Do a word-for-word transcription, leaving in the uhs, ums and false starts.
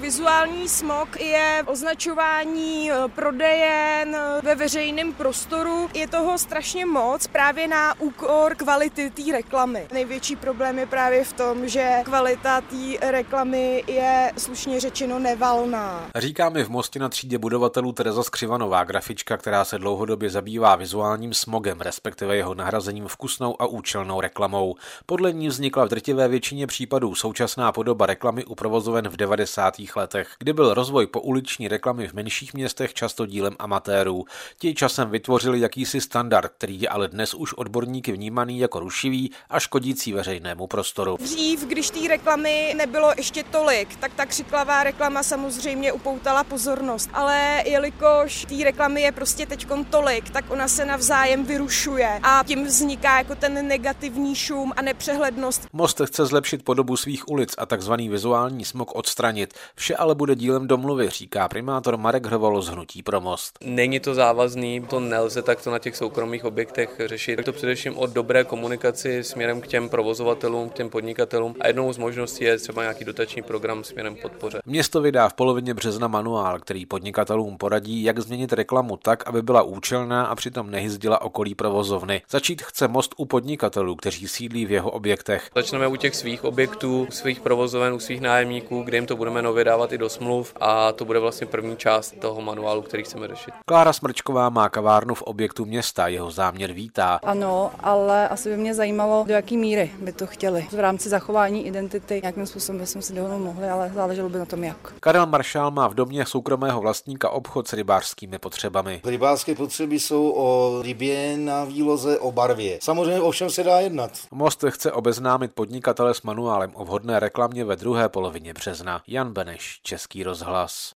Vizuální smog je označování prodejen ve veřejném prostoru. Je toho strašně moc právě na úkor kvality té reklamy. Největší problém je právě v tom, že kvalita té reklamy je slušně řečeno nevalná. Říká mi v Mostě na třídě budovatelů Tereza Skřivanová, grafička, která se dlouhodobě zabývá vizuálním smogem, respektive jeho nahrazením vkusnou a účelnou reklamou. Podle ní vznikla v drtivé většině případů současná podoba reklamy u provozoven v devadesátých letech, kdy byl rozvoj pouliční reklamy v menších městech často dílem amatérů. Ti časem vytvořili jakýsi standard, který je ale dnes už odborníky vnímaný jako rušivý a škodící veřejnému prostoru. Dřív, když té reklamy nebylo ještě tolik, tak ta křiklavá reklama samozřejmě upoutala pozornost, ale jelikož té reklamy je prostě teďkon tolik, tak ona se navzájem vyrušuje a tím vzniká jako ten negativní šum a nepřehlednost. Most chce zlepšit podobu svých ulic a takzvaný vizuální smog odstranit. Vše ale bude dílem domluvy, říká primátor Marek Hrvolo z Hnutí pro Most. Není to závazný, to nelze takto na těch soukromých objektech řešit. Je to především o dobré komunikaci směrem k těm provozovatelům, k těm podnikatelům a jednou z možností je třeba nějaký dotační program směrem k podpoře. Město vydá v polovině března manuál, který podnikatelům poradí, jak změnit reklamu tak, aby byla účelná a přitom nehyzdila okolí provozovny. Začít chce Most u podnikatelů, kteří sídlí v jeho objektech. Začneme u těch svých objektů, svých provozoven, u svých nájemníků, kde jim to budeme nově dávat i do smluv a to bude vlastně první část toho manuálu, který chceme řešit. Klára Smrčková má kavárnu v objektu města, jeho záměr vítá. Ano, ale asi by mě zajímalo, do jaký míry by to chtěli. V rámci zachování identity nějakým způsobem bychom si dohodnout mohli, ale záleželo by na tom jak. Karel Maršál má v domě soukromého vlastníka obchod s rybářskými potřebami. Rybářské potřeby jsou o rybě na výloze, o barvě. Samozřejmě o všem se dá jednat. Most chce obeznámit podnikatele s manuálem o vhodné reklamě ve druhé polovině března. Jan Beneš, Český rozhlas.